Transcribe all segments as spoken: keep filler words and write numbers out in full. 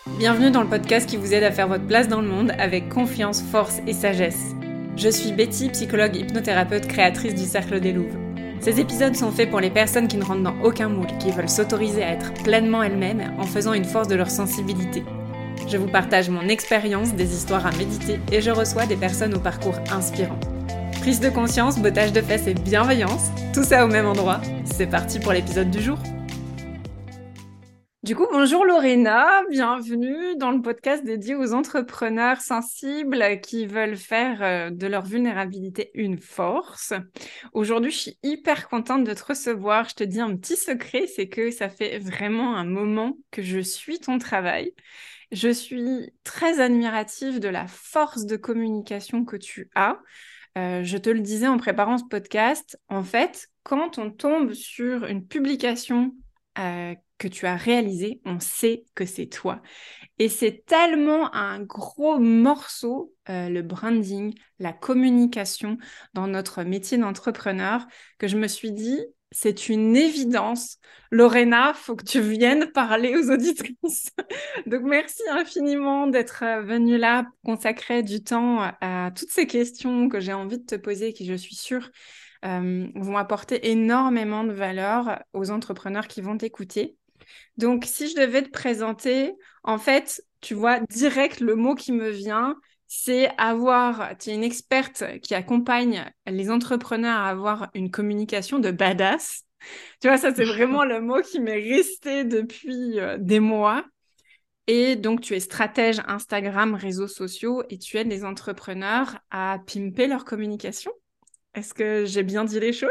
Bienvenue dans le podcast qui vous aide à faire votre place dans le monde avec confiance, force et sagesse. Je suis Betty, psychologue hypnothérapeute créatrice du Cercle des Louves. Ces épisodes sont faits pour les personnes qui ne rentrent dans aucun moule, qui veulent s'autoriser à être pleinement elles-mêmes en faisant une force de leur sensibilité. Je vous partage mon expérience, des histoires à méditer et je reçois des personnes au parcours inspirant. Prise de conscience, bottage de fesses et bienveillance, tout ça au même endroit. C'est parti pour l'épisode du jour. Du coup, bonjour Lorena, bienvenue dans le podcast dédié aux entrepreneurs sensibles qui veulent faire euh, de leur vulnérabilité une force. Aujourd'hui, je suis hyper contente de te recevoir. Je te dis un petit secret, c'est que ça fait vraiment un moment que je suis ton travail. Je suis très admirative de la force de communication que tu as. Euh, je te le disais en préparant ce podcast, en fait, quand on tombe sur une publication euh, que tu as réalisée, on sait que c'est toi. Et c'est tellement un gros morceau, euh, le branding, la communication dans notre métier d'entrepreneur, que je me suis dit, c'est une évidence. Lorena, faut que tu viennes parler aux auditrices. Donc, merci infiniment d'être euh, venue là, consacrer du temps à toutes ces questions que j'ai envie de te poser et qui, je suis sûre, euh, vont apporter énormément de valeur aux entrepreneurs qui vont t'écouter. Donc, si je devais te présenter, en fait, tu vois, direct, le mot qui me vient, c'est avoir, tu es une experte qui accompagne les entrepreneurs à avoir une communication de badass. Tu vois, ça, c'est vraiment le mot qui m'est resté depuis euh, des mois. Et donc, tu es stratège Instagram, réseaux sociaux, et tu aides les entrepreneurs à pimper leur communication. Est-ce que j'ai bien dit les choses?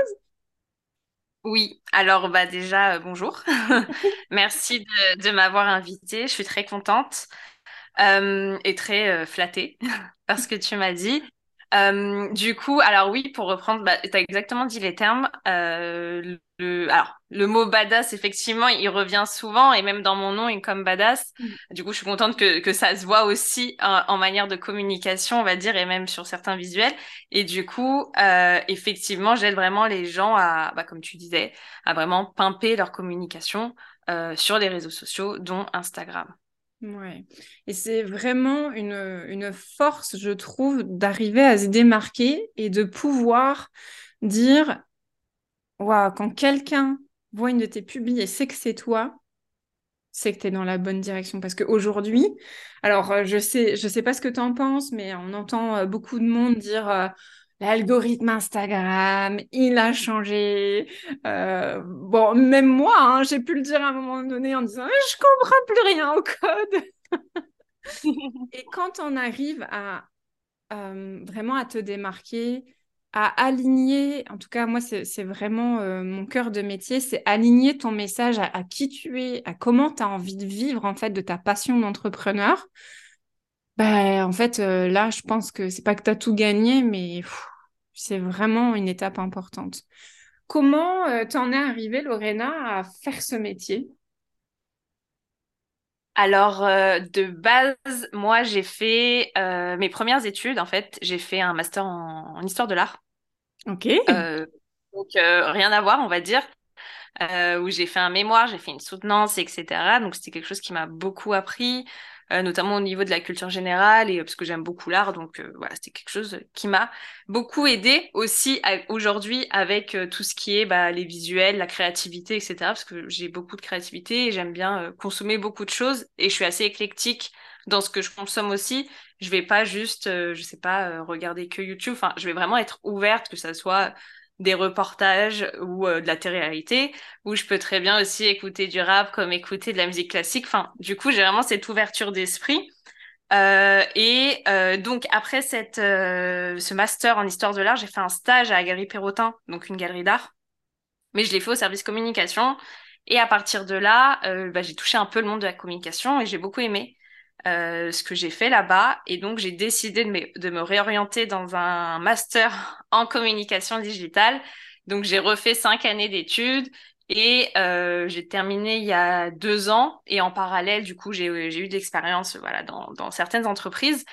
Oui, alors bah déjà euh, bonjour. Merci de, de m'avoir invitée. Je suis très contente euh, et très euh, flattée par ce que tu m'as dit. Euh, du coup, alors oui, pour reprendre, bah, tu as exactement dit les termes. Euh, le, alors, le mot badass, effectivement, il revient souvent et même dans mon nom, il est comme badass. Du coup, je suis contente que, que ça se voit aussi en, en manière de communication, on va dire, et même sur certains visuels. Et du coup, euh, effectivement, j'aide vraiment les gens à, bah, comme tu disais, à vraiment pimper leur communication euh, sur les réseaux sociaux, dont Instagram. Ouais. Et c'est vraiment une, une force, je trouve, d'arriver à se démarquer et de pouvoir dire, waouh, quand quelqu'un voit une de tes publis et sait que c'est toi, c'est que tu es dans la bonne direction. Parce qu'aujourd'hui, alors euh, je sais, je sais pas ce que tu en penses, mais on entend euh, beaucoup de monde dire euh, l'algorithme Instagram, il a changé. Euh, bon, même moi, hein, j'ai pu le dire à un moment donné en disant, Eh, je comprends plus rien au code. Et quand on arrive à euh, vraiment à te démarquer, à aligner, en tout cas moi c'est c'est vraiment euh, mon cœur de métier, c'est aligner ton message à, à qui tu es, à comment tu as envie de vivre en fait de ta passion d'entrepreneur. Ben, en fait euh, là je pense que c'est pas que tu as tout gagné, mais pff, c'est vraiment une étape importante. Comment euh, t'en es arrivée, Lorena, à faire ce métier? Alors, euh, de base, moi, j'ai fait euh, mes premières études. En fait, j'ai fait un master en, en histoire de l'art. Ok. Euh, donc, euh, rien à voir, on va dire. Euh, où j'ai fait un mémoire, j'ai fait une soutenance, et cetera. Donc, c'était quelque chose qui m'a beaucoup appris, euh, notamment au niveau de la culture générale, et euh, parce que j'aime beaucoup l'art. Donc, euh, voilà, c'était quelque chose qui m'a beaucoup aidé aussi à- aujourd'hui avec euh, tout ce qui est bah, les visuels, la créativité, et cetera. Parce que j'ai beaucoup de créativité et j'aime bien euh, consommer beaucoup de choses, et je suis assez éclectique dans ce que je consomme aussi. Je vais pas juste, euh, je sais pas, euh, regarder que YouTube. Enfin, je vais vraiment être ouverte, que ça soit des reportages ou euh, de la télé-réalité, où je peux très bien aussi écouter du rap comme écouter de la musique classique. Enfin, du coup, j'ai vraiment cette ouverture d'esprit. Euh, et euh, donc, après cette, euh, ce master en histoire de l'art, j'ai fait un stage à la Galerie Perrotin, donc une galerie d'art, mais je l'ai fait au service communication. Et à partir de là, euh, bah, j'ai touché un peu le monde de la communication et j'ai beaucoup aimé euh, ce que j'ai fait là-bas. Et donc, j'ai décidé de me, de me réorienter dans un master en communication digitale. Donc, j'ai refait cinq années d'études et euh, j'ai terminé il y a deux ans. Et en parallèle, du coup, j'ai, j'ai eu de l'expérience voilà, dans, dans certaines entreprises.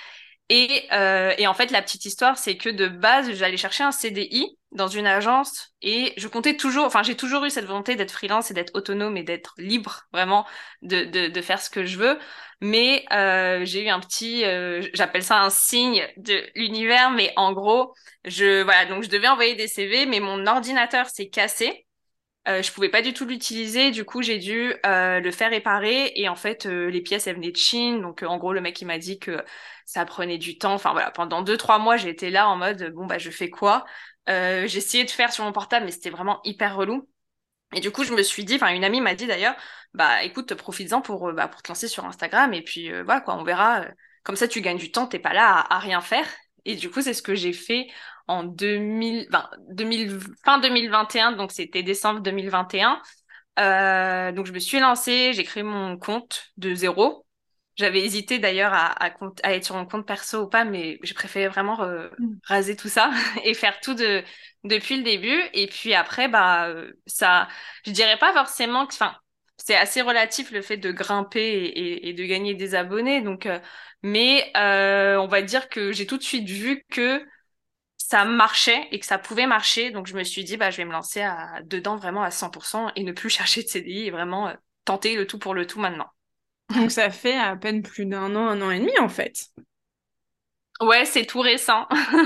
Et, euh, et en fait, la petite histoire, c'est que de base, j'allais chercher un C D I dans une agence et je comptais toujours, enfin, j'ai toujours eu cette volonté d'être freelance et d'être autonome et d'être libre, vraiment, de, de, de faire ce que je veux. Mais euh, j'ai eu un petit, euh, j'appelle ça un signe de l'univers, mais en gros, je, voilà, donc je devais envoyer des C V, mais mon ordinateur s'est cassé. Euh, je pouvais pas du tout l'utiliser, du coup j'ai dû euh, le faire réparer et en fait euh, les pièces elles venaient de Chine, donc euh, en gros le mec il m'a dit que ça prenait du temps. Enfin voilà, pendant deux trois mois j'étais là en mode bon bah je fais quoi? Euh, j'ai essayé de faire sur mon portable mais c'était vraiment hyper relou. Et du coup je me suis dit, enfin une amie m'a dit d'ailleurs, bah écoute profites-en pour euh, bah, pour te lancer sur Instagram et puis euh, voilà quoi, on verra. euh, Comme ça tu gagnes du temps, t'es pas là à, à rien faire. Et du coup c'est ce que j'ai fait en deux mille, enfin, deux mille, fin deux mille vingt et un, donc c'était décembre deux mille vingt et un. Euh, donc je me suis lancée, j'ai créé mon compte de zéro. J'avais hésité d'ailleurs à, à, compte- à être sur mon compte perso ou pas, mais j'ai préféré vraiment euh, Mm. raser tout ça et faire tout de, depuis le début. Et puis après, bah euh, ça, je dirais pas forcément que, enfin, c'est assez relatif le fait de grimper et, et- et de gagner des abonnés. Donc, euh, mais euh, on va dire que j'ai tout de suite vu que ça marchait et que ça pouvait marcher. Donc je me suis dit, bah, je vais me lancer à, dedans vraiment à cent pour cent et ne plus chercher de C D I et vraiment euh, tenter le tout pour le tout maintenant. Donc ça fait à peine plus d'un an, un an et demi en fait. Ouais, c'est tout récent.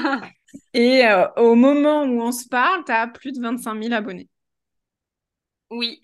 Et euh, au moment où on se parle, tu as plus de vingt-cinq mille abonnés. Oui.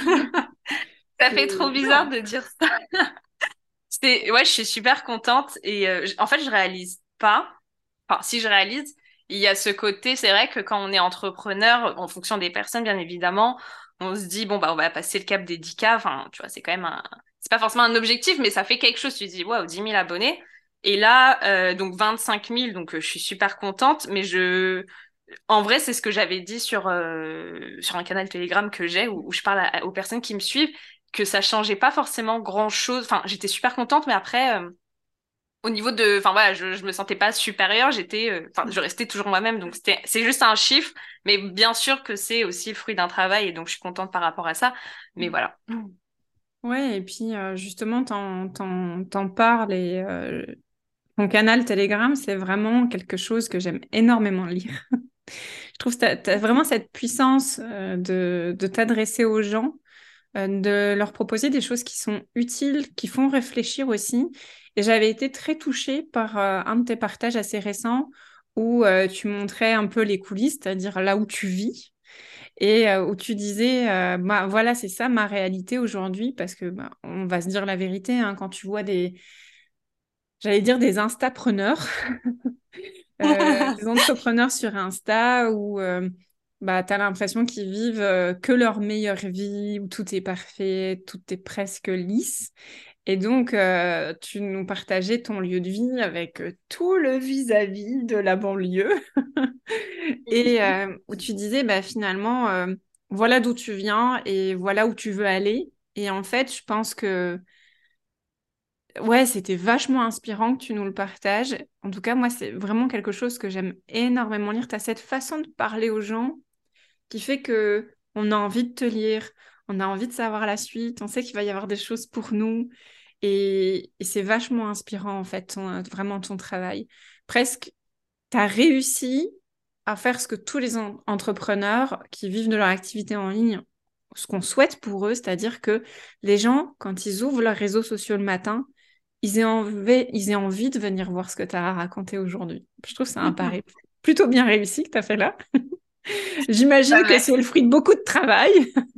Ça C'est fait trop bizarre énorme. de dire ça. C'est, ouais, je suis super contente et euh, j- en fait, je réalise pas. Enfin, si je réalise, il y a ce côté, c'est vrai que quand on est entrepreneur, en fonction des personnes, bien évidemment, on se dit, bon, bah, on va passer le cap des dix k. Enfin, tu vois, c'est quand même un, c'est pas forcément un objectif, mais ça fait quelque chose. Tu te dis, waouh, dix mille abonnés. Et là, euh, donc vingt-cinq mille, donc euh, je suis super contente, mais je, en vrai, c'est ce que j'avais dit sur, euh, sur un canal Telegram que j'ai, où, où je parle à- aux personnes qui me suivent, que ça changeait pas forcément grand-chose. Enfin, j'étais super contente, mais après, euh, au niveau de, enfin voilà, je, je me sentais pas supérieure, j'étais, euh, enfin, je restais toujours moi-même, donc c'était, c'est juste un chiffre, mais bien sûr que c'est aussi le fruit d'un travail, et donc je suis contente par rapport à ça, mais voilà. Ouais, et puis euh, justement, t'en, t'en, t'en parles et euh, ton canal Telegram, c'est vraiment quelque chose que j'aime énormément lire. Je trouve que tu as vraiment cette puissance euh, de, de t'adresser aux gens, euh, de leur proposer des choses qui sont utiles, qui font réfléchir aussi. Et j'avais été très touchée par euh, un de tes partages assez récents où euh, tu montrais un peu les coulisses, c'est-à-dire là où tu vis. Et euh, où tu disais, euh, bah, voilà, c'est ça ma réalité aujourd'hui, parce que bah, on va se dire la vérité, hein, quand tu vois des, j'allais dire des instapreneurs, euh, des entrepreneurs sur Insta où euh, bah, tu as l'impression qu'ils vivent euh, que leur meilleure vie, où tout est parfait, tout est presque lisse. Et donc, euh, tu nous partageais ton lieu de vie avec euh, tout le vis-à-vis de la banlieue. Et euh, où tu disais, bah, finalement, euh, voilà d'où tu viens et voilà où tu veux aller. Et en fait, je pense que ouais, c'était vachement inspirant que tu nous le partages. En tout cas, moi, c'est vraiment quelque chose que j'aime énormément lire. Tu as cette façon de parler aux gens qui fait que on a envie de te lire, on a envie de savoir la suite, on sait qu'il va y avoir des choses pour nous. Et, et c'est vachement inspirant, en fait, ton- vraiment ton travail. Presque, tu as réussi à faire ce que tous les en- entrepreneurs qui vivent de leur activité en ligne, ce qu'on souhaite pour eux, c'est-à-dire que les gens, quand ils ouvrent leurs réseaux sociaux le matin, ils aient envie, ils aient envie de venir voir ce que tu as à raconter aujourd'hui. Je trouve que c'est un pari plutôt bien réussi que tu as fait là. Bah, J'imagine que c'est le merci. fruit de beaucoup de travail.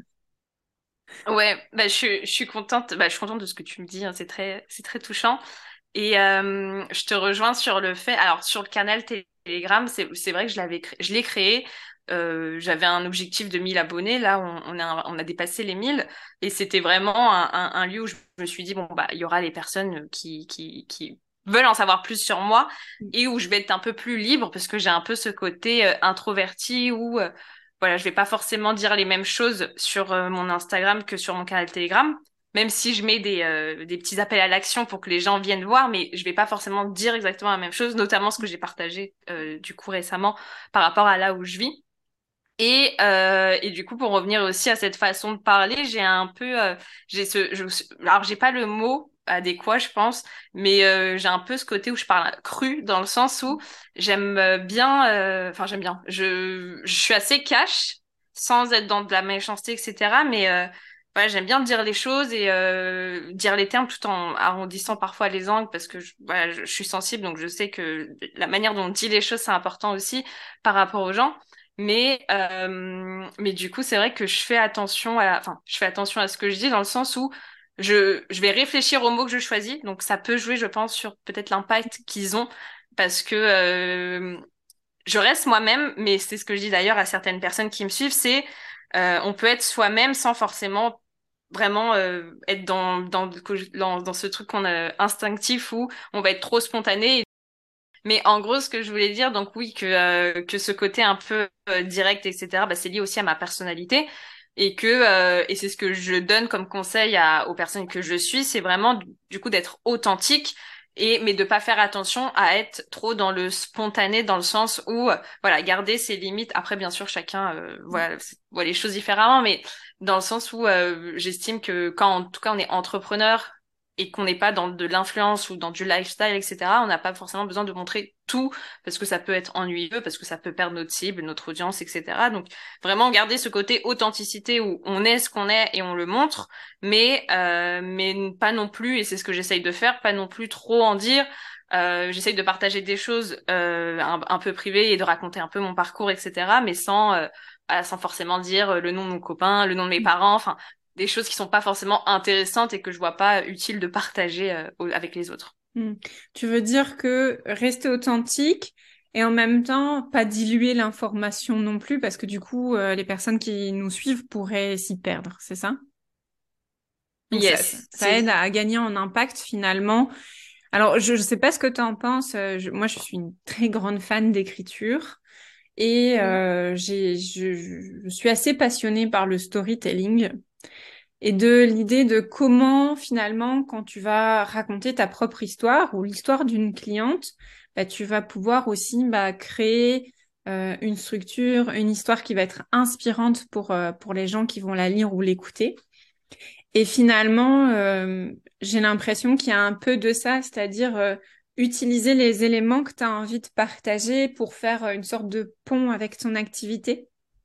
Ouais, bah, je, suis- je suis contente, bah, je suis contente de ce que tu me dis, hein, c'est très, c'est très touchant. Et euh, je te rejoins sur le fait, alors sur le canal Telegram, c'est, c'est vrai que je l'avais, cré- je l'ai créé. Euh, j'avais un objectif de mille abonnés. Là, on, on a, on a dépassé les mille. Et c'était vraiment un, un, un lieu où je me suis dit, bon, bah, il y aura les personnes qui, qui, qui veulent en savoir plus sur moi et où je vais être un peu plus libre parce que j'ai un peu ce côté euh, introverti où, euh, voilà, je vais pas forcément dire les mêmes choses sur euh, mon Instagram que sur mon canal Telegram. Même si je mets des, euh, des petits appels à l'action pour que les gens viennent voir, mais je vais pas forcément dire exactement la même chose, notamment ce que j'ai partagé euh, du coup récemment par rapport à là où je vis. Et, euh, et du coup, pour revenir aussi à cette façon de parler, j'ai un peu, euh, j'ai ce, je, alors j'ai pas le mot adéquat, je pense. Mais euh, j'ai un peu ce côté où je parle cru, dans le sens où j'aime euh, bien, euh, enfin j'aime bien, je, je suis assez cash, sans être dans de la méchanceté, et cetera. Mais euh, voilà, j'aime bien dire les choses et euh, dire les termes tout en arrondissant parfois les angles parce que je, voilà, je, je suis sensible, donc je sais que la manière dont on dit les choses, c'est important aussi par rapport aux gens. Mais, euh, mais du coup, c'est vrai que je fais attention à, enfin, je fais attention à ce que je dis dans le sens où je, je vais réfléchir aux mots que je choisis. Donc, ça peut jouer, je pense, sur peut-être l'impact qu'ils ont parce que euh, je reste moi-même, mais c'est ce que je dis d'ailleurs à certaines personnes qui me suivent, c'est euh, on peut être soi-même sans forcément vraiment euh, être dans, dans, dans, dans ce truc qu'on a instinctif où on va être trop spontané. Mais en gros, ce que je voulais dire, donc oui, que, euh, que ce côté un peu euh, direct, et cetera, bah, c'est lié aussi à ma personnalité. Et que, euh, et c'est ce que je donne comme conseil à, aux personnes que je suis, c'est vraiment du, du coup d'être authentique et mais de pas faire attention à être trop dans le spontané, dans le sens où euh, voilà, garder ses limites. Après, bien sûr, chacun euh, voilà, voit les choses différemment, mais dans le sens où euh, j'estime que quand en tout cas on est entrepreneur et qu'on n'est pas dans de l'influence ou dans du lifestyle, et cetera, on n'a pas forcément besoin de montrer tout parce que ça peut être ennuyeux, parce que ça peut perdre notre cible, notre audience, et cetera. Donc vraiment garder ce côté authenticité où on est ce qu'on est et on le montre, mais euh, mais pas non plus, et c'est ce que j'essaye de faire, pas non plus trop en dire. Euh, j'essaye de partager des choses euh, un, un peu privées et de raconter un peu mon parcours, et cetera. Mais sans euh, ah, sans forcément dire le nom de mon copain, le nom de mes parents, enfin des choses qui sont pas forcément intéressantes et que je vois pas utile de partager euh, au- avec les autres. Hmm. Tu veux dire que rester authentique et en même temps pas diluer l'information non plus parce que du coup euh, les personnes qui nous suivent pourraient s'y perdre, c'est ça? Donc ça, ça, Yes, ça c'est aide à, à gagner en impact finalement. Alors je ne sais pas ce que tu en penses. euh, je- moi je suis une très grande fan d'écriture et Mhm. euh, j'ai, je, je je suis assez passionnée par le storytelling. Et de l'idée de comment finalement, quand tu vas raconter ta propre histoire ou l'histoire d'une cliente, bah, tu vas pouvoir aussi bah, créer euh, une structure, une histoire qui va être inspirante pour, euh, pour les gens qui vont la lire ou l'écouter. Et finalement, euh, j'ai l'impression qu'il y a un peu de ça, c'est-à-dire euh, utiliser les éléments que tu as envie de partager pour faire euh, une sorte de pont avec ton activité.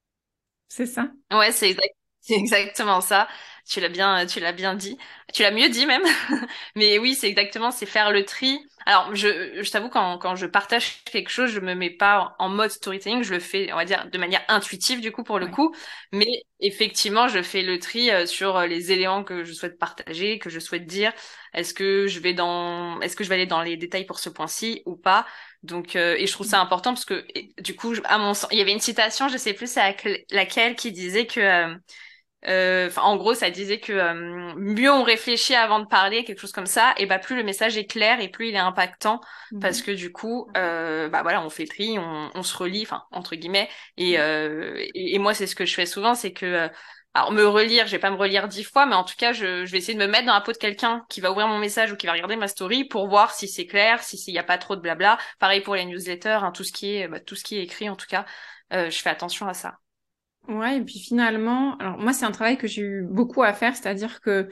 C'est ça? ouais, c'est exact- c'est exactement ça. Tu l'as bien, tu l'as bien dit. Tu l'as mieux dit même. Mais oui, c'est exactement, c'est faire le tri. Alors, je, je t'avoue, quand, quand je partage quelque chose, je me mets pas en, en mode storytelling. Je le fais, on va dire, de manière intuitive, du coup, pour le Ouais. coup. Mais effectivement, je fais le tri euh, sur euh, les éléments que je souhaite partager, que je souhaite dire. Est-ce que je vais dans, est-ce que je vais aller dans les détails pour ce point-ci ou pas? Donc, euh, et je trouve ça important parce que, et, du coup, je- à mon sens, il y avait une citation, je sais plus c'est laquelle laquelle, qui disait que, euh, euh, enfin, en gros, ça disait que euh, mieux on réfléchit avant de parler, quelque chose comme ça, et bah plus le message est clair et plus il est impactant parce Mhm. que du coup, euh, bah voilà, on fait le tri, on, on se relie, enfin entre guillemets. Et, euh, et, et moi, c'est ce que je fais souvent, c'est que euh, alors me relire, je vais pas me relire dix fois, mais en tout cas, je, je vais essayer de me mettre dans la peau de quelqu'un qui va ouvrir mon message ou qui va regarder ma story pour voir si c'est clair, si s'il y a pas trop de blabla. Pareil pour les newsletters, hein, tout ce qui est bah, tout ce qui est écrit en tout cas, euh, je fais attention à ça. Ouais, et puis finalement, alors moi c'est un travail que j'ai eu beaucoup à faire, c'est-à-dire que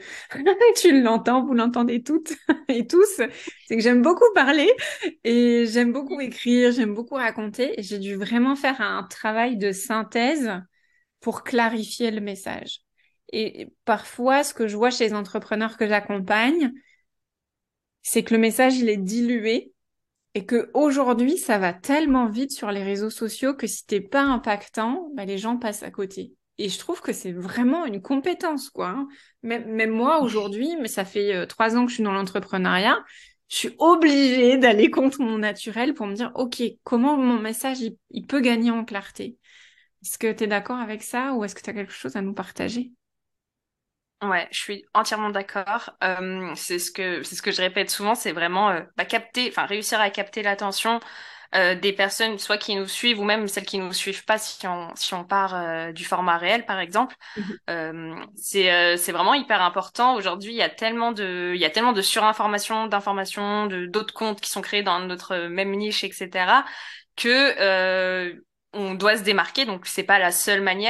tu l'entends, vous l'entendez toutes et tous, c'est que j'aime beaucoup parler et j'aime beaucoup écrire, j'aime beaucoup raconter et j'ai dû vraiment faire un travail de synthèse pour clarifier le message. Et parfois, ce que je vois chez les entrepreneurs que j'accompagne, c'est que le message il est dilué et que aujourd'hui ça va tellement vite sur les réseaux sociaux que si t'es pas impactant, bah, les gens passent à côté. Et je trouve que c'est vraiment une compétence, quoi, hein. Même, même moi aujourd'hui, mais ça fait euh, trois ans que je suis dans l'entrepreneuriat, je suis obligée d'aller contre mon naturel pour me dire, OK, comment mon message il, il peut gagner en clarté? Est-ce que tu es d'accord avec ça ou est-ce que tu as quelque chose à nous partager? Ouais, je suis entièrement d'accord. Euh, c'est ce que c'est ce que je répète souvent, c'est vraiment euh, bah, capter, enfin réussir à capter l'attention euh, des personnes, soit qui nous suivent ou même celles qui nous suivent pas, si on si on part euh, du format réel, par exemple. Mhm. Euh, c'est euh, c'est vraiment hyper important. Aujourd'hui, il y a tellement de il y a tellement de surinformation, d'informations, de d'autres comptes qui sont créés dans notre même niche, et cetera que euh, on doit se démarquer. Donc c'est pas la seule manière.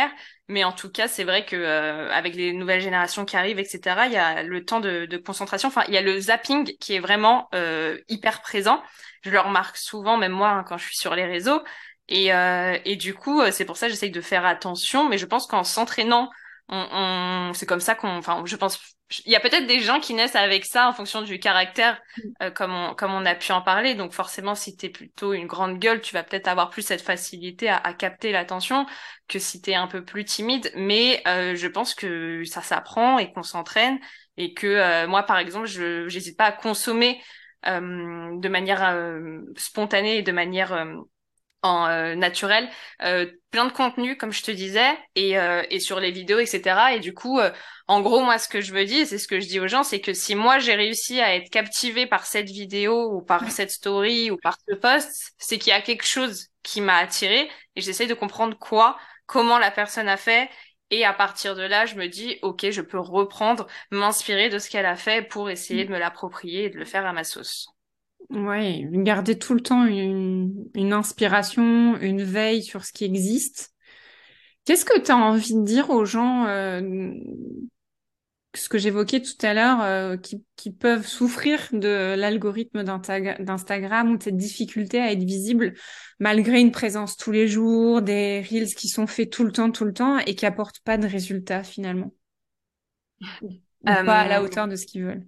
Mais en tout cas, c'est vrai que euh, avec les nouvelles générations qui arrivent, et cetera, il y a le temps de, de concentration. Enfin, il y a le zapping qui est vraiment euh, hyper présent. Je le remarque souvent, même moi, hein, quand je suis sur les réseaux. Et, euh, et du coup, euh, c'est pour ça que j'essaye de faire attention. Mais je pense qu'en s'entraînant, on, on... c'est comme ça qu'on... Enfin, je pense... Il y a peut-être des gens qui naissent avec ça en fonction du caractère, euh, comme on, comme on a pu en parler. Donc forcément, si t'es plutôt une grande gueule, tu vas peut-être avoir plus cette facilité à, à capter l'attention que si t'es un peu plus timide. Mais euh, je pense que ça s'apprend et qu'on s'entraîne. Et que euh, moi, par exemple, je j'hésite pas à consommer euh, de manière euh, spontanée et de manière... euh, en euh, naturel, euh, plein de contenu comme je te disais et euh, et sur les vidéos et cetera. Et du coup, euh, en gros moi ce que je me dis et c'est ce que je dis aux gens, c'est que si moi j'ai réussi à être captivée par cette vidéo ou par Ouais. cette story ou par ce post, c'est qu'il y a quelque chose qui m'a attirée et j'essaie de comprendre quoi, comment la personne a fait. Et à partir de là, je me dis, ok, je peux reprendre, m'inspirer de ce qu'elle a fait pour essayer de me l'approprier et de le faire à ma sauce. Ouais, garder tout le temps une, une inspiration, une veille sur ce qui existe. Qu'est-ce que tu as envie de dire aux gens, euh, ce que j'évoquais tout à l'heure, euh, qui, qui peuvent souffrir de l'algorithme d'Inta- d'Instagram ou de cette difficulté à être visible malgré une présence tous les jours, des reels qui sont faits tout le temps, tout le temps et qui apportent pas de résultats finalement, ou, ou pas à Euh, la hauteur de ce qu'ils veulent.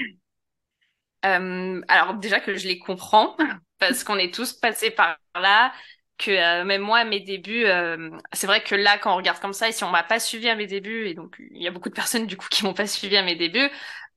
Euh, alors déjà que je les comprends, parce qu'on est tous passés par là, que euh, même moi à mes débuts, euh, c'est vrai que là quand on regarde comme ça, et si on m'a pas suivi à mes débuts, et donc il y a beaucoup de personnes du coup qui m'ont pas suivi à mes débuts,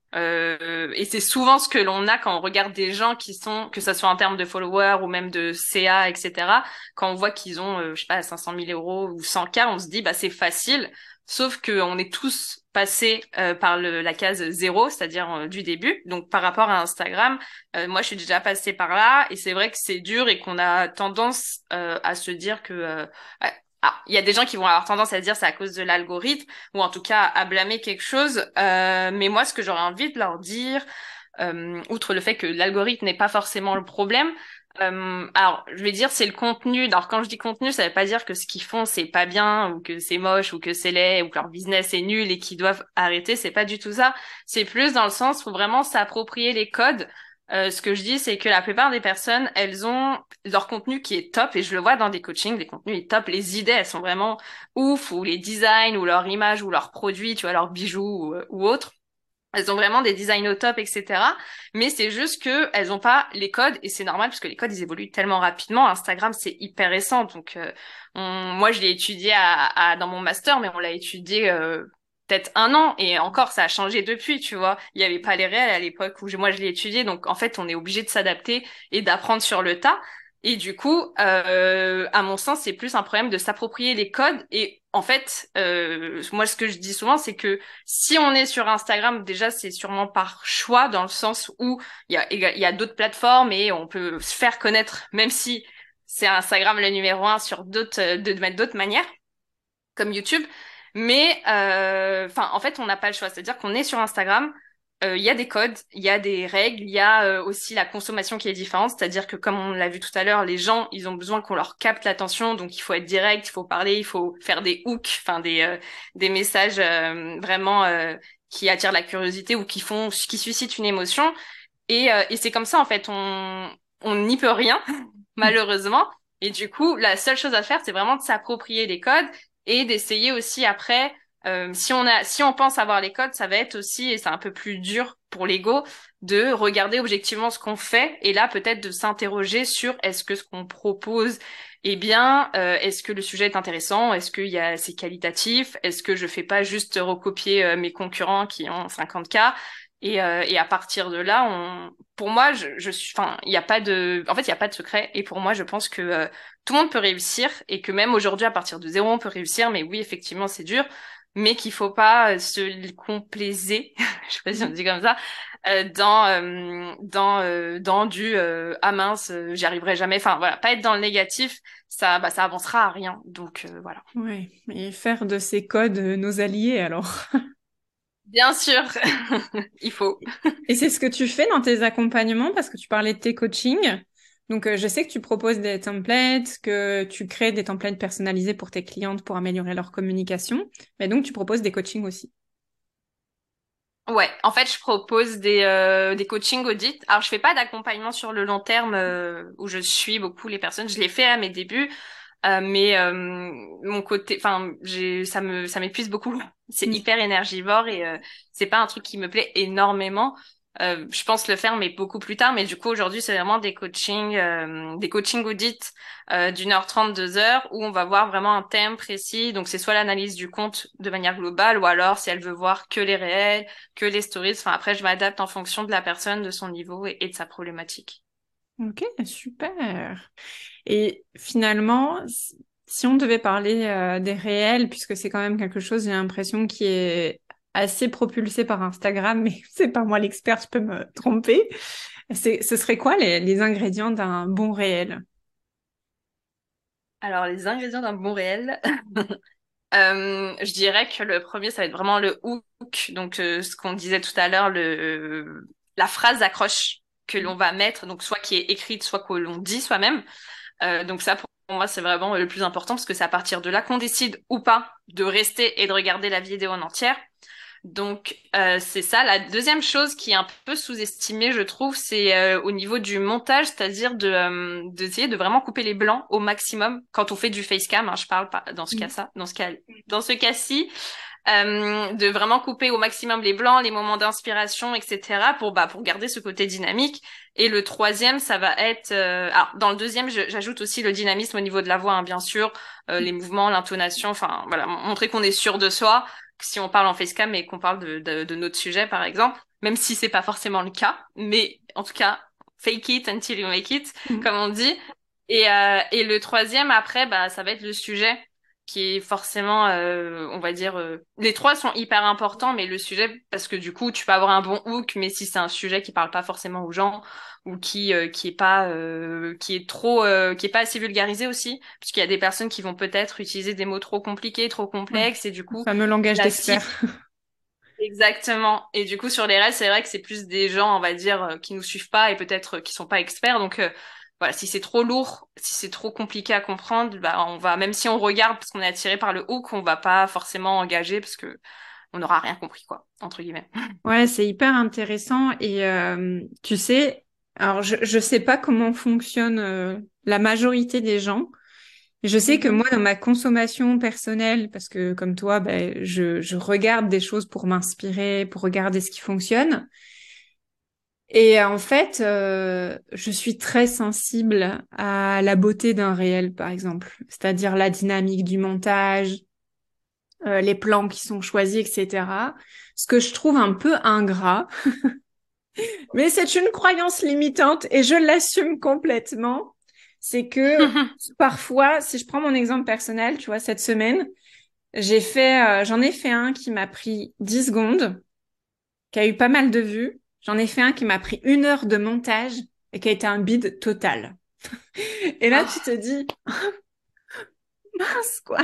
euh, et c'est souvent ce que l'on a quand on regarde des gens qui sont, que ça soit en termes de followers ou même de C A, et cetera. Quand on voit qu'ils ont, euh, je sais pas, cinq cent mille euros ou cent K, on se dit bah c'est facile. Sauf que on est tous passés euh, par le, la case zéro, c'est-à-dire euh, du début. Donc par rapport à Instagram, euh, moi je suis déjà passée par là et c'est vrai que c'est dur et qu'on a tendance euh, à se dire que euh, ouais, ah, il y a des gens qui vont avoir tendance à dire c'est à cause de l'algorithme ou en tout cas à blâmer quelque chose. Euh, mais moi, ce que j'aurais envie de leur dire, euh, outre le fait que l'algorithme n'est pas forcément le problème, euh, alors je vais dire c'est le contenu. Alors quand je dis contenu, ça veut pas dire que ce qu'ils font c'est pas bien ou que c'est moche ou que c'est laid ou que leur business est nul et qu'ils doivent arrêter. C'est pas du tout ça. C'est plus dans le sens faut vraiment s'approprier les codes. Euh, ce que je dis, c'est que la plupart des personnes, elles ont leur contenu qui est top, et je le vois dans des coachings, les contenus est top, les idées, elles sont vraiment ouf, ou les designs, ou leur image, ou leurs produits, tu vois, leurs bijoux, ou, ou autres. Elles ont vraiment des designs au top, et cetera. Mais c'est juste que elles ont pas les codes, et c'est normal parce que les codes ils évoluent tellement rapidement. Instagram c'est hyper récent, donc euh, on- moi je l'ai étudié à, à- dans mon master, mais on l'a étudié euh, peut-être un an, et encore ça a changé depuis, tu vois. Il y avait pas les réels à l'époque où je- moi je l'ai étudié, donc en fait on est obligé de s'adapter et d'apprendre sur le tas. Et du coup, euh, à mon sens, c'est plus un problème de s'approprier les codes. Et en fait, euh, moi ce que je dis souvent, c'est que si on est sur Instagram, déjà, c'est sûrement par choix, dans le sens où il y a, il y a d'autres plateformes et on peut se faire connaître, même si c'est Instagram le numéro un sur d'autres, euh, de, de d'autres manières, comme YouTube. Mais, euh, enfin, en fait, on n'a pas le choix. C'est-à-dire qu'on est sur Instagram, euh, il y a des codes, il y a des règles, il y a euh, aussi la consommation qui est différente. C'est-à-dire que, comme on l'a vu tout à l'heure, les gens, ils ont besoin qu'on leur capte l'attention, donc il faut être direct, il faut parler, il faut faire des hooks, enfin des euh, des messages euh, vraiment euh, qui attirent la curiosité ou qui font, qui suscitent une émotion. Et, euh, et c'est comme ça, en fait, on on n'y peut rien, malheureusement. Et du coup, la seule chose à faire, c'est vraiment de s'approprier les codes et d'essayer aussi après, euh, si on a, si on pense avoir les codes, ça va être aussi, et c'est un peu plus dur pour l'ego, de regarder objectivement ce qu'on fait et là peut-être de s'interroger sur est-ce que ce qu'on propose est bien, euh, est-ce que le sujet est intéressant, est-ce qu'il y a c'est qualitatif, est-ce que je fais pas juste recopier euh, mes concurrents qui ont cinquante K. Et, euh, et à partir de là, on, pour moi, je, je suis, enfin, il n'y a pas de, en fait, il n'y a pas de secret. Et pour moi, je pense que euh, tout le monde peut réussir et que même aujourd'hui, à partir de zéro, on peut réussir. Mais oui, effectivement, c'est dur, mais qu'il faut pas euh, se complaiser, je sais pas si on dit comme ça, euh, dans euh, dans euh, dans du euh, ah mince, euh, j'y arriverai jamais. Enfin voilà, pas être dans le négatif, ça bah ça avancera à rien. Donc euh, voilà. Ouais, et faire de ces codes euh, nos alliés alors. Bien sûr, il faut. Et c'est ce que tu fais dans tes accompagnements parce que tu parlais de tes coachings. Donc, euh, je sais que tu proposes des templates, que tu crées des templates personnalisés pour tes clientes pour améliorer leur communication, mais donc tu proposes des coachings aussi. Ouais, en fait, je propose des, euh, des coachings audits. Alors, je fais pas d'accompagnement sur le long terme euh, où je suis beaucoup les personnes. Je l'ai fait à mes débuts, euh, mais euh, mon côté, enfin, j'ai, ça me, ça m'épuise beaucoup. C'est Mm. hyper énergivore et euh, c'est pas un truc qui me plaît énormément. Euh, je pense le faire, mais beaucoup plus tard. Mais du coup, aujourd'hui, c'est vraiment des coachings, euh, des coachings audits euh, d'une heure trente, deux heures, où on va voir vraiment un thème précis. Donc, c'est soit l'analyse du compte de manière globale, ou alors si elle veut voir que les réels, que les stories. Enfin, après, je m'adapte en fonction de la personne, de son niveau et, et de sa problématique. Ok, super. Et finalement, s- si on devait parler euh, des réels, puisque c'est quand même quelque chose, j'ai l'impression, qui est assez propulsé par Instagram, mais c'est pas moi l'expert, je peux me tromper. C'est, ce serait quoi les, les ingrédients d'un bon réel? Alors, les ingrédients d'un bon réel, euh, je dirais que le premier, ça va être vraiment le hook. Donc, euh, ce qu'on disait tout à l'heure, le, la phrase d'accroche que l'on va mettre, donc soit qui est écrite, soit que l'on dit soi-même. Euh, donc ça, pour moi, c'est vraiment le plus important parce que c'est à partir de là qu'on décide ou pas de rester et de regarder la vidéo en entière. Donc euh, c'est ça. La deuxième chose qui est un peu sous-estimée, je trouve, c'est euh, au niveau du montage, c'est-à-dire de euh, d'essayer de vraiment couper les blancs au maximum quand on fait du facecam. Hein, je parle pas dans ce cas Mm. ça, dans ce cas, dans ce cas-ci, euh, de vraiment couper au maximum les blancs, les moments d'inspiration, et cetera pour bah pour garder ce côté dynamique. Et le troisième, ça va être, euh, alors dans le deuxième, je- j'ajoute aussi le dynamisme au niveau de la voix, hein, bien sûr, euh, les mouvements, l'intonation, enfin voilà, montrer qu'on est sûr de soi si on parle en facecam et qu'on parle de, de, de notre sujet, par exemple, même si c'est pas forcément le cas, mais en tout cas, fake it until you make it, Mm. comme on dit. Et, euh, et le troisième, après, bah, ça va être le sujet, qui est forcément, euh, on va dire, euh, les trois sont hyper importants, mais le sujet, parce que du coup, tu peux avoir un bon hook, mais si c'est un sujet qui parle pas forcément aux gens, ou qui euh, qui est pas euh, qui est trop euh, qui est pas assez vulgarisé aussi, puisqu'il y a des personnes qui vont peut-être utiliser des mots trop compliqués, trop Ouais, complexes, et du le coup, fameux langage la d'expert. cible. Exactement. Et du coup, sur les réels, c'est vrai que c'est plus des gens, on va dire, euh, qui nous suivent pas et peut-être euh, qui sont pas experts. Donc, euh, voilà, si c'est trop lourd, si c'est trop compliqué à comprendre, bah, on va, même si on regarde parce qu'on est attiré par le hook, on va pas forcément engager parce que on n'aura rien compris, quoi, entre guillemets. Ouais, c'est hyper intéressant et euh, tu sais, alors je je sais pas comment fonctionne euh, la majorité des gens. Je sais que Mhm. moi, dans ma consommation personnelle, parce que comme toi, ben, je je regarde des choses pour m'inspirer, pour regarder ce qui fonctionne. Et en fait, euh, je suis très sensible à la beauté d'un réel, par exemple, c'est-à-dire la dynamique du montage, euh, les plans qui sont choisis, et cetera. Ce que je trouve un peu ingrat. Mais c'est une croyance limitante et je l'assume complètement. C'est que parfois, si je prends mon exemple personnel, tu vois, cette semaine, j'ai fait, euh, j'en ai fait un qui m'a pris dix secondes, qui a eu pas mal de vues. J'en ai fait un qui m'a pris une heure de montage et qui a été un bide total. Et là, tu te Ah. dis, mince, quoi.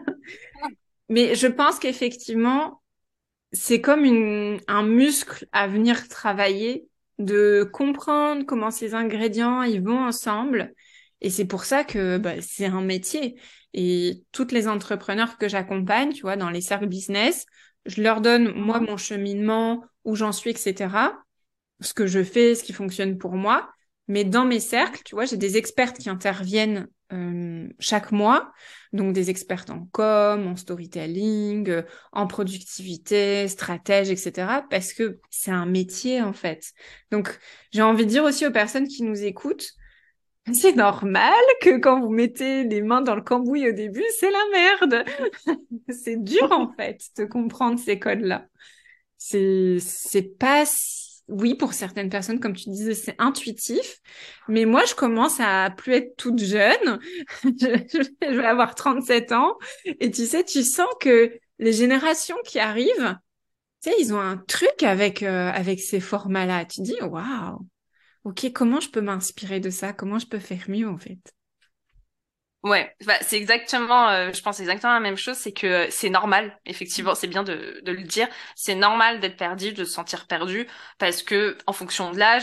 Mais je pense qu'effectivement, c'est comme une, un muscle à venir travailler, de comprendre comment ces ingrédients ils vont ensemble. Et c'est pour ça que bah, c'est un métier. Et toutes les entrepreneurs que j'accompagne, tu vois, dans les cercles business, je leur donne moi Mhm. mon cheminement, où j'en suis, et cetera. Ce que je fais, ce qui fonctionne pour moi. Mais dans mes cercles, tu vois, j'ai des expertes qui interviennent euh, chaque mois, donc des expertes en com, en storytelling, euh, en productivité, stratège, et cetera. Parce que c'est un métier en fait. Donc j'ai envie de dire aussi aux personnes qui nous écoutent, c'est normal que quand vous mettez les mains dans le cambouis au début, c'est la merde. C'est dur en fait de comprendre ces codes-là. C'est, c'est pas, si- oui, pour certaines personnes, comme tu disais, c'est intuitif. Mais moi, je commence à plus être toute jeune. Je, je- je vais avoir trente-sept ans. Et tu sais, tu sens que les générations qui arrivent, tu sais, ils ont un truc avec, euh, avec ces formats-là. Tu dis, waouh, ok, comment je peux m'inspirer de ça? Comment je peux faire mieux, en fait? Ouais, bah, c'est exactement, euh, je pense exactement la même chose, c'est que euh, c'est normal, effectivement, c'est bien de, de le dire, c'est normal d'être perdu, de se sentir perdu, parce que en fonction de l'âge,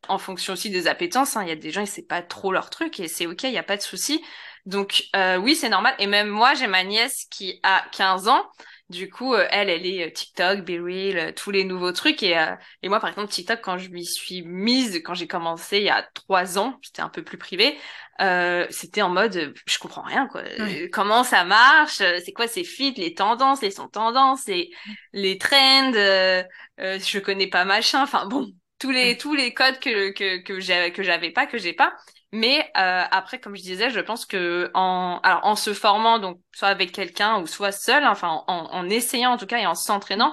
en fonction aussi des appétences. Hein. Il y a des gens, ils savent pas trop leur truc et c'est ok, il y a pas de souci. Donc euh, oui, c'est normal. Et même moi, j'ai ma nièce qui a quinze ans. Du coup, euh, elle, elle est euh, TikTok, BeReal, euh, tous les nouveaux trucs. Et, euh, et moi, par exemple, TikTok, quand je m'y suis mise, quand j'ai commencé il y a trois ans, j'étais un peu plus privée, euh, c'était en mode, euh, je comprends rien, quoi. Ouais. Euh, Comment ça marche? euh, C'est quoi ces feeds, les tendances, les sons tendances, les, les trends? euh, euh, je connais pas machin. Enfin bon, tous les Ouais. tous les codes que que que j'ai que j'avais pas, que j'ai pas. Mais euh, après, comme je disais, je pense que en alors en se formant, donc soit avec quelqu'un ou soit seul, enfin en, en essayant en tout cas et en s'entraînant,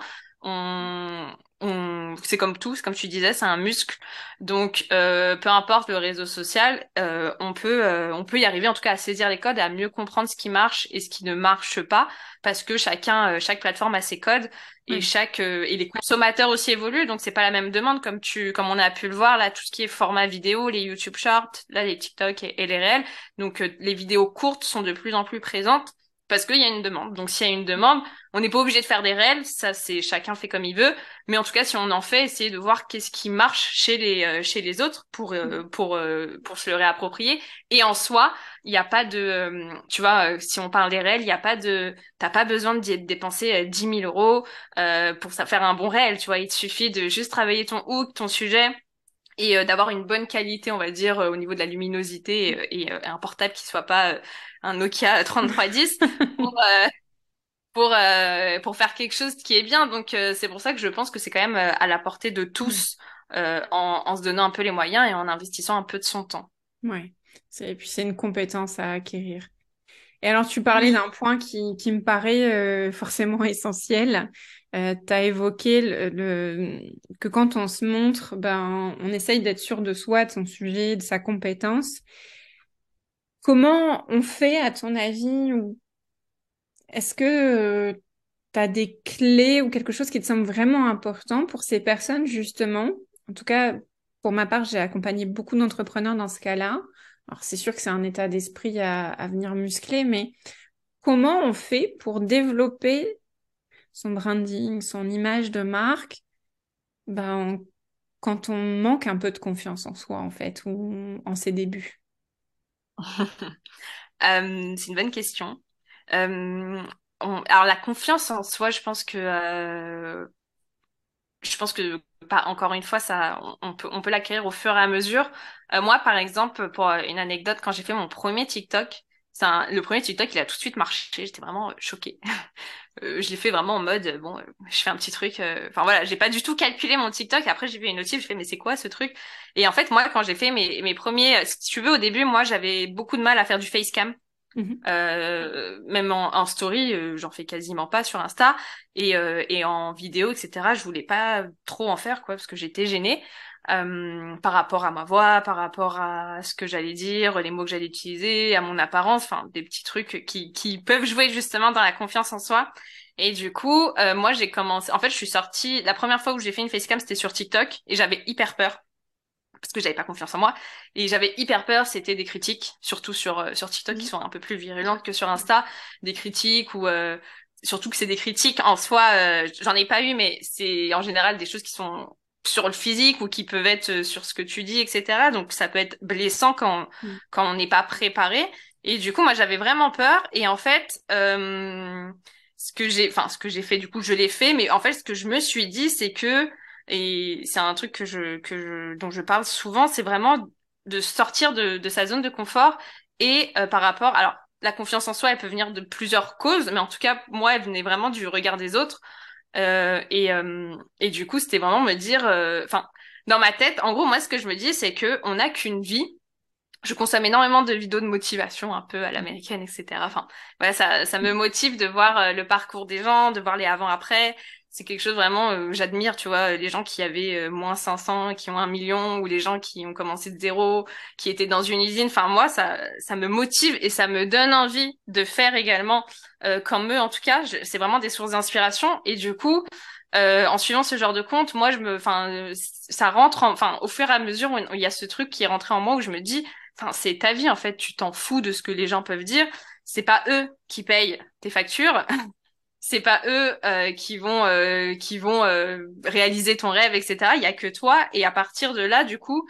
on on c'est comme tout, c'est comme tu disais, c'est un muscle. Donc euh, peu importe le réseau social, euh, on peut euh, on peut y arriver en tout cas à saisir les codes, et à mieux comprendre ce qui marche et ce qui ne marche pas, parce que chacun euh, chaque plateforme a ses codes. Et Ouais. chaque euh, et les consommateurs aussi évoluent, donc c'est pas la même demande, comme tu comme on a pu le voir là, tout ce qui est format vidéo, les YouTube Shorts, là les TikTok et, et les réels. Donc euh, les vidéos courtes sont de plus en plus présentes parce qu'il y a une demande. Donc s'il y a une demande, on n'est pas obligé de faire des réels, ça c'est chacun fait comme il veut. Mais en tout cas, si on en fait, essayer de voir qu'est-ce qui marche chez les euh, chez les autres pour euh, pour euh, pour se le réapproprier. Et en soi, il n'y a pas de euh, tu vois, euh, si on parle des réels, il n'y a pas de t'as pas besoin de d'y- dépenser euh, dix mille euros euh, pour ça faire un bon réel, tu vois. Il te suffit de juste travailler ton hook, ton sujet et euh, d'avoir une bonne qualité, on va dire, euh, au niveau de la luminosité euh, et, euh, un portable qui soit pas euh, un Nokia trente-trois dix pour euh, pour euh, pour faire quelque chose qui est bien. Donc euh, c'est pour ça que je pense que c'est quand même euh, à la portée de Ouais. tous euh, en, en se donnant un peu les moyens et en investissant un peu de son temps. Ouais. C'est, et puis c'est une compétence à acquérir. Et alors, tu parlais Oui. d'un point qui, qui me paraît euh, forcément essentiel. Euh, tu as évoqué le, le- que quand on se montre, ben, on essaye d'être sûr de soi, de son sujet, de sa compétence. Comment on fait, à ton avis, ou est-ce que tu as des clés ou quelque chose qui te semble vraiment important pour ces personnes, justement? En tout cas, pour ma part, j'ai accompagné beaucoup d'entrepreneurs dans ce cas-là. Alors, c'est sûr que c'est un état d'esprit à, à venir muscler, mais comment on fait pour développer son branding, son image de marque, ben, quand on manque un peu de confiance en soi, en fait, ou en ses débuts? Euh, c'est une bonne question. Euh, on- alors la confiance en soi, je pense que euh, je pense que pas encore une fois ça on, on peut on peut l'acquérir au fur et à mesure. Euh, moi par exemple, pour euh, une anecdote, quand j'ai fait mon premier TikTok, c'est un- le premier TikTok il a tout de suite marché, j'étais vraiment euh, choquée. Euh, je l'ai fait vraiment en mode euh, bon, euh, je fais un petit truc, euh, enfin voilà, j'ai pas du tout calculé mon TikTok. Après j'ai vu une notif, je fais mais c'est quoi ce truc? Et en fait moi quand j'ai fait mes mes premiers, si tu veux, au début moi j'avais beaucoup de mal à faire du facecam. Mhm. Euh, même en, en story, euh, j'en fais quasiment pas sur Insta, et, euh, et en vidéo, et cetera. Je voulais pas trop en faire, quoi, parce que j'étais gênée euh, par rapport à ma voix, par rapport à ce que j'allais dire, les mots que j'allais utiliser, à mon apparence, enfin des petits trucs qui qui peuvent jouer justement dans la confiance en soi. Et du coup, euh, moi j'ai commencé. En fait, je suis sortie. La première fois où j'ai fait une facecam, c'était sur TikTok, et j'avais hyper peur parce que j'avais pas confiance en moi et j'avais hyper peur, c'était des critiques, surtout sur euh, sur TikTok, qui Mhm. sont un peu plus virulentes que sur Insta, des critiques ou euh, surtout que c'est des critiques en soi, euh, j'en ai pas eu, mais c'est en général des choses qui sont sur le physique ou qui peuvent être euh, sur ce que tu dis, et cetera. Donc ça peut être blessant quand Mhm. quand on n'est pas préparé. Et du coup moi j'avais vraiment peur, et en fait euh, ce que j'ai enfin ce que j'ai fait, du coup je l'ai fait, mais en fait ce que je me suis dit c'est que, et c'est un truc que je, que je, dont je parle souvent, c'est vraiment de sortir de, de sa zone de confort. Et euh, par rapport, alors la confiance en soi, elle peut venir de plusieurs causes, mais en tout cas, moi, elle venait vraiment du regard des autres. Euh, et, euh, et du coup, c'était vraiment me dire, euh, enfin, dans ma tête, en gros, moi, ce que je me dis, c'est que on n'a qu'une vie. Je consomme énormément de vidéos de motivation, un peu à l'américaine, et cetera. Enfin, voilà, ça, ça me motive de voir euh, le parcours des gens, de voir les avant-après. C'est quelque chose vraiment, euh, j'admire, tu vois, les gens qui avaient euh, moins cinq cents, qui ont un million, ou les gens qui ont commencé de zéro, qui étaient dans une usine. Enfin, moi, ça, ça me motive et ça me donne envie de faire également euh, comme eux. En tout cas, je- c'est vraiment des sources d'inspiration. Et du coup, euh, en suivant ce genre de compte, moi, je me, enfin, euh, ça rentre, en- enfin, au fur et à mesure, où il y a ce truc qui est rentré en moi où je me dis, enfin, c'est ta vie, en fait, tu t'en fous de ce que les gens peuvent dire. C'est pas eux qui payent tes factures. C'est pas eux euh, qui vont euh, qui vont euh, réaliser ton rêve, et cetera. Il y a que toi. Et à partir de là, du coup,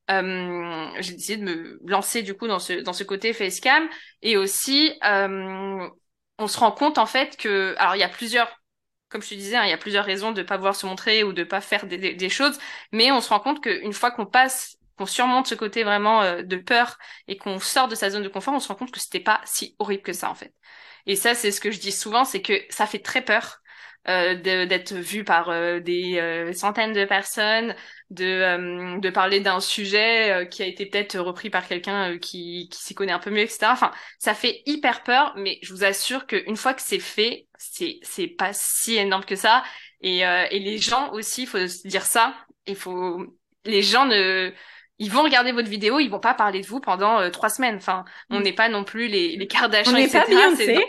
euh, j'ai décidé de me lancer du coup dans ce dans ce côté facecam. Et aussi, euh, on se rend compte en fait que, alors il y a plusieurs, comme je te disais, hein, il y a plusieurs raisons de pas vouloir se montrer ou de pas faire des, des, des choses, mais on se rend compte qu'une fois qu'on passe, qu'on surmonte ce côté vraiment euh, de peur et qu'on sort de sa zone de confort, on se rend compte que c'était pas si horrible que ça en fait. Et ça, c'est ce que je dis souvent, c'est que ça fait très peur. Euh, de- d'être vu par euh, des euh, centaines de personnes, de, euh, de parler d'un sujet euh, qui a été peut-être repris par quelqu'un euh, qui, qui s'y connaît un peu mieux, et cetera. Enfin, ça fait hyper peur, mais je vous assure qu'une fois que c'est fait, c'est, c'est pas si énorme que ça. Et, euh, et les gens aussi, il faut se dire ça, il faut, les gens ne, ils vont regarder votre vidéo, ils vont pas parler de vous pendant euh, trois semaines. Enfin, on n'est pas non plus les, les On Kardashians, n'est pas et cetera. C'est Beyoncé.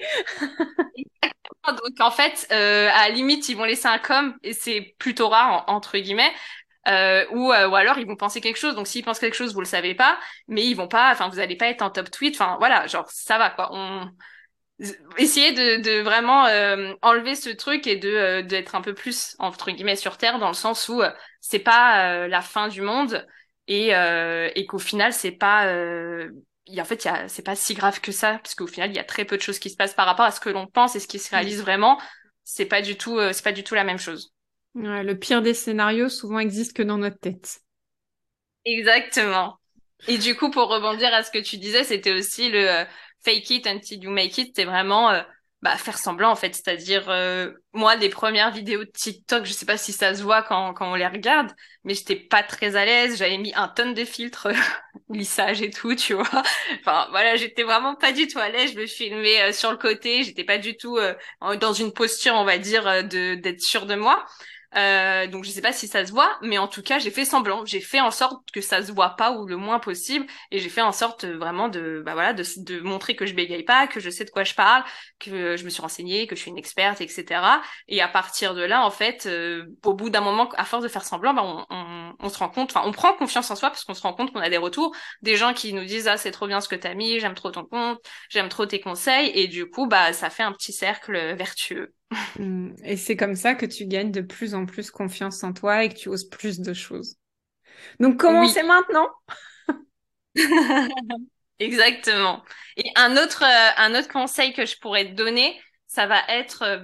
donc en fait, euh, à la limite, ils vont laisser un com et c'est plutôt rare en- entre guillemets. Euh, ou, euh, ou alors ils vont penser quelque chose. Donc s'ils pensent quelque chose, vous le savez pas, mais ils vont pas. Enfin, vous allez pas être en top tweet. Enfin voilà, genre ça va quoi. On Essayez de, de vraiment euh, enlever ce truc et de euh, d'être un peu plus entre guillemets sur terre dans le sens où euh, c'est pas euh, la fin du monde et euh, et qu'au final c'est pas euh, y a- en fait y a, c'est pas si grave que ça parce qu'au final il y a très peu de choses qui se passent par rapport à ce que l'on pense et ce qui se réalise vraiment. C'est pas du tout euh, c'est pas du tout la même chose. Ouais, le pire des scénarios souvent existe que dans notre tête. Exactement. Et du coup, pour rebondir à ce que tu disais, c'était aussi le euh, fake it until you make it. C'est vraiment euh, bah, faire semblant, en fait. C'est-à-dire, euh, moi, les premières vidéos de TikTok, je sais pas si ça se voit quand, quand on les regarde, mais j'étais pas très à l'aise. J'avais mis un tonne de filtres, lissage et tout, tu vois. Enfin, voilà, j'étais vraiment pas du tout à l'aise. Je me filmais euh, sur le côté. J'étais pas du tout euh, en- dans une posture, on va dire, euh, de d'être sûre de moi. Euh, donc je sais pas si ça se voit, mais en tout cas j'ai fait semblant, j'ai fait en sorte que ça se voit pas ou le moins possible, et j'ai fait en sorte euh, vraiment de, bah voilà, de, de montrer que je bégaye pas, que je sais de quoi je parle, que je me suis renseignée, que je suis une experte, et cetera. Et à partir de là, en fait, euh, au bout d'un moment, à force de faire semblant, bah, on, on, on se rend compte, enfin on prend confiance en soi parce qu'on se rend compte qu'on a des retours, des gens qui nous disent ah c'est trop bien ce que t'as mis, j'aime trop ton compte, j'aime trop tes conseils, et du coup bah ça fait un petit cercle vertueux. Mm. Et c'est comme ça que tu gagnes de plus en plus confiance en toi et que tu oses plus de choses. Donc Oui. commencez maintenant. Exactement. Et un autre, euh, un autre conseil que je pourrais te donner, ça va être, euh,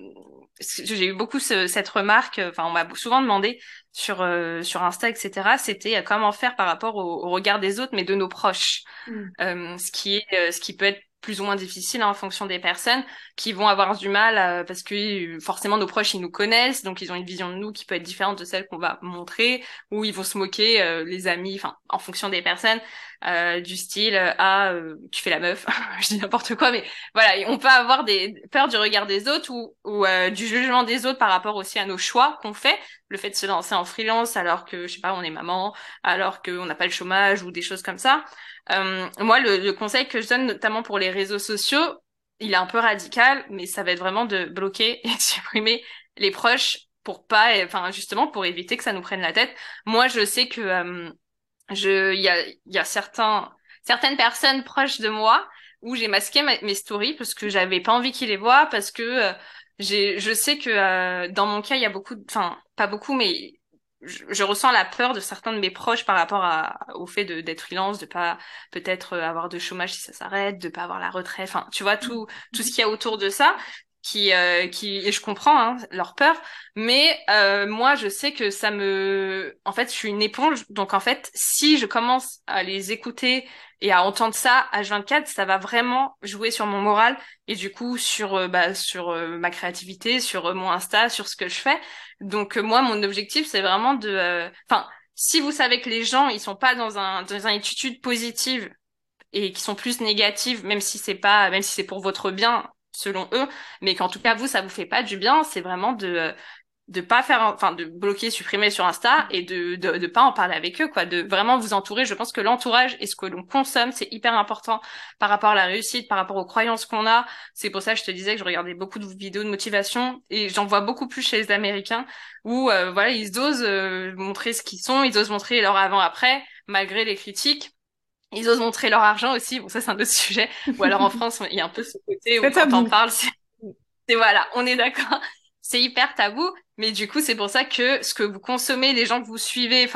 parce que j'ai eu beaucoup ce- cette remarque, euh, enfin on m'a souvent demandé sur euh, sur Insta, et cetera. C'était euh, comment faire par rapport au, au regard des autres, mais de nos proches. Mm. Euh, ce qui est, euh, ce qui peut être plus ou moins difficile hein, en fonction des personnes qui vont avoir du mal euh, parce que euh, forcément nos proches ils nous connaissent donc ils ont une vision de nous qui peut être différente de celle qu'on va montrer ou ils vont se moquer euh, les amis enfin en fonction des personnes euh, du style euh, ah euh, tu fais la meuf je dis n'importe quoi mais voilà et on peut avoir des peurs du regard des autres ou, ou euh, du jugement des autres par rapport aussi à nos choix qu'on fait le fait de se lancer en freelance alors que je sais pas on est maman alors qu'on n'a pas le chômage ou des choses comme ça. Euh, moi, le, le conseil que je donne, notamment pour les réseaux sociaux, il est un peu radical, mais ça va être vraiment de bloquer et de supprimer les proches pour pas, enfin justement pour éviter que ça nous prenne la tête. Moi, je sais que euh, je, il y a, il y a certains, certaines personnes proches de moi où j'ai masqué ma- mes stories parce que j'avais pas envie qu'ils les voient, parce que euh, j'ai, je sais que euh, dans mon cas, il y a beaucoup, de- enfin pas beaucoup, mais je, je ressens la peur de certains de mes proches par rapport à, au fait de d'être freelance, de pas peut-être euh, avoir de chômage si ça s'arrête, de pas avoir la retraite, enfin tu vois tout tout ce qu'il y a autour de ça. Qui, euh, qui, et je comprends hein, leur peur, mais euh, moi, je sais que ça me... En fait, je suis une éponge. Donc, en fait, si je commence à les écouter et à entendre ça H vingt-quatre, ça va vraiment jouer sur mon moral et du coup sur, euh, bah, sur euh, ma créativité, sur euh, mon Insta, sur ce que je fais. Donc, euh, moi, mon objectif, c'est vraiment de... euh, Enfin, si vous savez que les gens, ils sont pas dans un, dans une attitude positive et qui sont plus négatives, même si c'est pas, même si c'est pour votre bien, selon eux, mais qu'en tout cas, vous, ça vous fait pas du bien, c'est vraiment de... euh, de pas faire enfin de bloquer supprimer sur Insta et de, de de pas en parler avec eux quoi de vraiment vous entourer. Je pense que l'entourage et ce que l'on consomme c'est hyper important par rapport à la réussite, par rapport aux croyances qu'on a. C'est pour ça que je te disais que je regardais beaucoup de vidéos de motivation et j'en vois beaucoup plus chez les Américains où euh, voilà ils osent euh, montrer ce qu'ils sont, ils osent montrer leur avant après malgré les critiques. Ils osent montrer leur argent aussi, bon ça c'est un autre sujet. Ou alors en France, il y a un peu ce côté où Très quand on tabou. parle, c'est et voilà, on est d'accord. C'est hyper tabou, mais du coup, c'est pour ça que ce que vous consommez, les gens que vous suivez, enfin,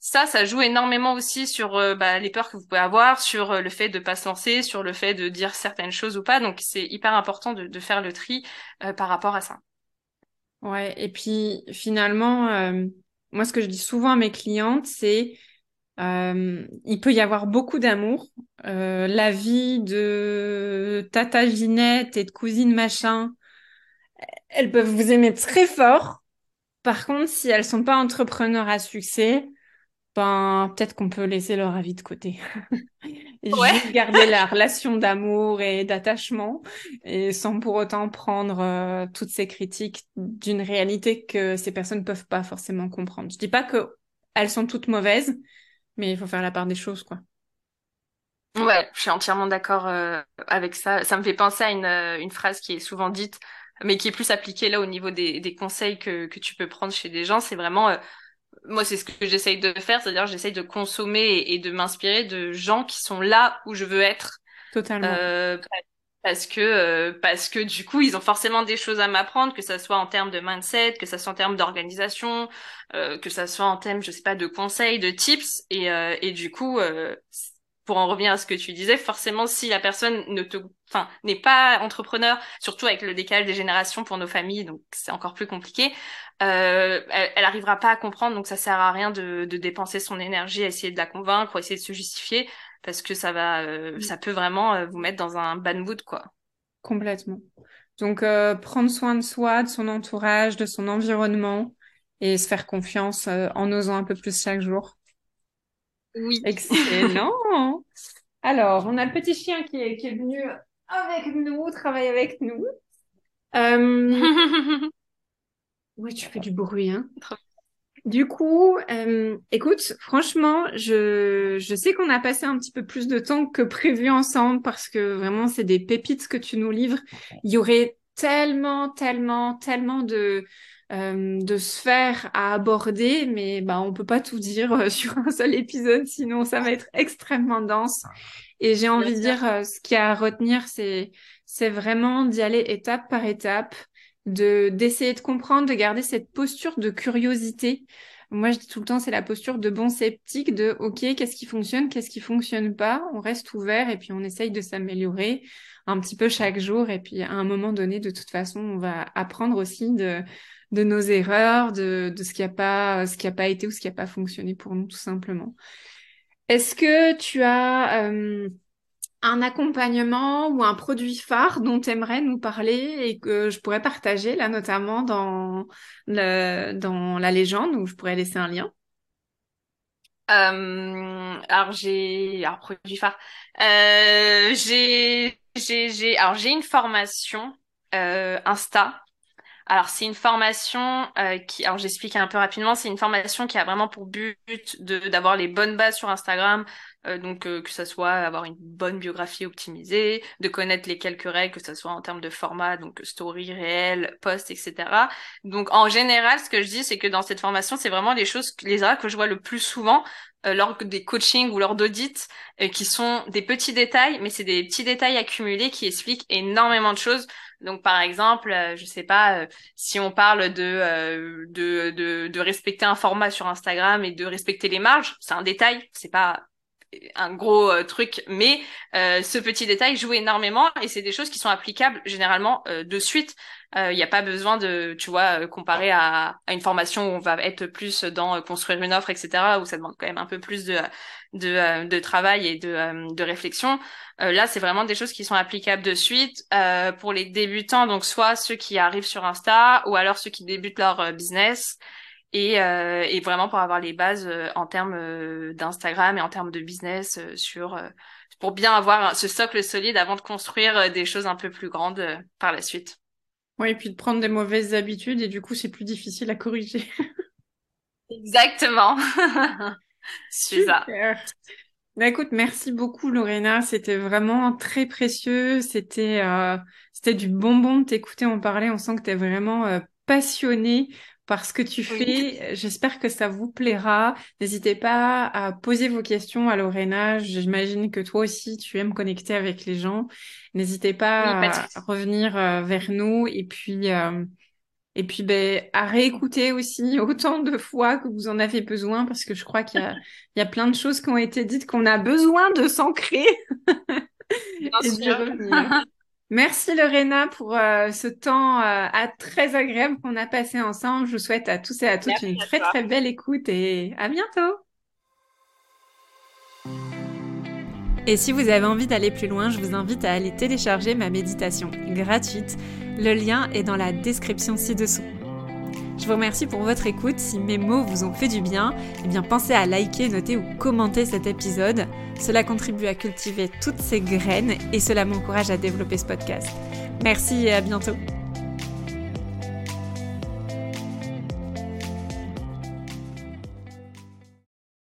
ça, ça joue énormément aussi sur euh, bah, les peurs que vous pouvez avoir, sur euh, le fait de pas se lancer, sur le fait de dire certaines choses ou pas. Donc, c'est hyper important de, de faire le tri euh, par rapport à ça. Ouais, et puis finalement, euh, moi, ce que je dis souvent à mes clientes, c'est euh, il peut y avoir beaucoup d'amour. Euh, la vie de tata Ginette et de cousine machin, elles peuvent vous aimer très fort. Par contre, si elles sont pas entrepreneurs à succès, ben peut-être qu'on peut laisser leur avis de côté. Et Ouais. juste garder la relation d'amour et d'attachement et sans pour autant prendre euh, toutes ces critiques d'une réalité que ces personnes peuvent pas forcément comprendre. Je dis pas que elles sont toutes mauvaises, mais il faut faire la part des choses, quoi. Ouais, je suis entièrement d'accord euh, avec ça. Ça me fait penser à une, euh, une phrase qui est souvent dite, mais qui est plus appliquée là au niveau des, des conseils que, que tu peux prendre chez des gens. C'est vraiment, euh, moi, c'est ce que j'essaye de faire, c'est-à-dire j'essaye de consommer et, et de m'inspirer de gens qui sont là où je veux être. Totalement. Euh, parce que euh, parce que du coup ils ont forcément des choses à m'apprendre, que ça soit en termes de mindset, que ça soit en termes d'organisation, euh, que ça soit en termes, je sais pas, de conseils, de tips, et euh, et du coup euh, pour en revenir à ce que tu disais, forcément si la personne ne te enfin n'est pas entrepreneur, surtout avec le décalage des générations pour nos familles, donc c'est encore plus compliqué, euh, elle, elle arrivera pas à comprendre, donc ça sert à rien de de dépenser son énergie à essayer de la convaincre ou à essayer de se justifier parce que ça va, euh, Mm. ça peut vraiment euh, vous mettre dans un bad mood, quoi. Complètement. Donc, euh, prendre soin de soi, de son entourage, de son environnement et se faire confiance euh, en osant un peu plus chaque jour. Oui. Excellent. Alors, on a le petit chien qui est, qui est venu avec nous, travailler avec nous. Euh, ouais, tu fais du bruit, hein. Du coup, euh, écoute, franchement, je, je sais qu'on a passé un petit peu plus de temps que prévu ensemble parce que vraiment, c'est des pépites que tu nous livres. Il y aurait tellement, tellement, tellement de, euh, de sphères à aborder, mais bah, on peut pas tout dire euh, sur un seul épisode, sinon ça va être extrêmement dense. Et j'ai Bien envie de sûr. dire, euh, ce qu'il y a à retenir, c'est, c'est vraiment d'y aller étape par étape, de, d'essayer de comprendre, de garder cette posture de curiosité. Moi, je dis tout le temps, c'est la posture de bon sceptique, de OK, qu'est-ce qui fonctionne, qu'est-ce qui fonctionne pas. On reste ouvert et puis on essaye de s'améliorer un petit peu chaque jour. Et puis à un moment donné, de toute façon, on va apprendre aussi de, de nos erreurs, de, de ce qui a pas, ce qui a pas été ou ce qui a pas fonctionné pour nous, tout simplement. Est-ce que tu as euh, un accompagnement ou un produit phare dont tu aimerais nous parler et que je pourrais partager là, notamment dans le, dans la légende où je pourrais laisser un lien? Euh, alors j'ai, alors produit phare. Euh, j'ai, j'ai, j'ai, alors j'ai une formation euh, Insta. Alors, c'est une formation euh, qui, alors j'explique un peu rapidement, c'est une formation qui a vraiment pour but de d'avoir les bonnes bases sur Instagram, euh, donc euh, que ça soit avoir une bonne biographie optimisée, de connaître les quelques règles, que ça soit en termes de format, donc story, réel, post, et cetera. Donc en général, ce que je dis, c'est que dans cette formation, c'est vraiment les choses, les erreurs que je vois le plus souvent euh, lors des coachings ou lors d'audits, euh, qui sont des petits détails, mais c'est des petits détails accumulés qui expliquent énormément de choses. Donc par exemple, euh, je sais pas. euh, si on parle de, euh, de, de, de respecter un format sur Instagram et de respecter les marges, c'est un détail, c'est pas un gros euh, truc, mais euh, ce petit détail joue énormément et c'est des choses qui sont applicables généralement euh, de suite. Il n'y a pas besoin de, tu vois, euh, comparer à, à une formation où on va être plus dans euh, construire une offre, et cetera, où ça demande quand même un peu plus de, de, euh, de travail et de, euh, de réflexion. Euh, là, c'est vraiment des choses qui sont applicables de suite euh, pour les débutants, donc soit ceux qui arrivent sur Insta ou alors ceux qui débutent leur euh, business et, euh, et vraiment pour avoir les bases euh, en termes euh, d'Instagram et en termes de business euh, sur euh, pour bien avoir ce socle solide avant de construire euh, des choses un peu plus grandes euh, par la suite. Oui, et puis de prendre des mauvaises habitudes et du coup, c'est plus difficile à corriger. Exactement. C'est ça. Super. Bah, écoute, merci beaucoup Lorena, c'était vraiment très précieux, c'était euh, c'était du bonbon de t'écouter en parler, on sent que tu es vraiment euh, passionnée par ce que tu Oui. fais. J'espère que ça vous plaira. N'hésitez pas à poser vos questions à Lorena, j'imagine que toi aussi tu aimes connecter avec les gens. N'hésitez Oui, pas de pas à souci. revenir euh, vers nous et puis euh, Et puis, ben, à réécouter aussi autant de fois que vous en avez besoin, parce que je crois qu'il y a, il y a plein de choses qui ont été dites qu'on a besoin de s'ancrer Bien et d'y sûr. revenir. Merci Lorena pour euh, ce temps euh, à très agréable qu'on a passé ensemble. Je vous souhaite à tous et à toutes Merci une à très toi. très belle écoute et à bientôt. Et si vous avez envie d'aller plus loin, je vous invite à aller télécharger ma méditation gratuite. Le lien est dans la description ci-dessous. Je vous remercie pour votre écoute. Si mes mots vous ont fait du bien, eh bien pensez à liker, noter ou commenter cet épisode. Cela contribue à cultiver toutes ces graines et cela m'encourage à développer ce podcast. Merci et à bientôt.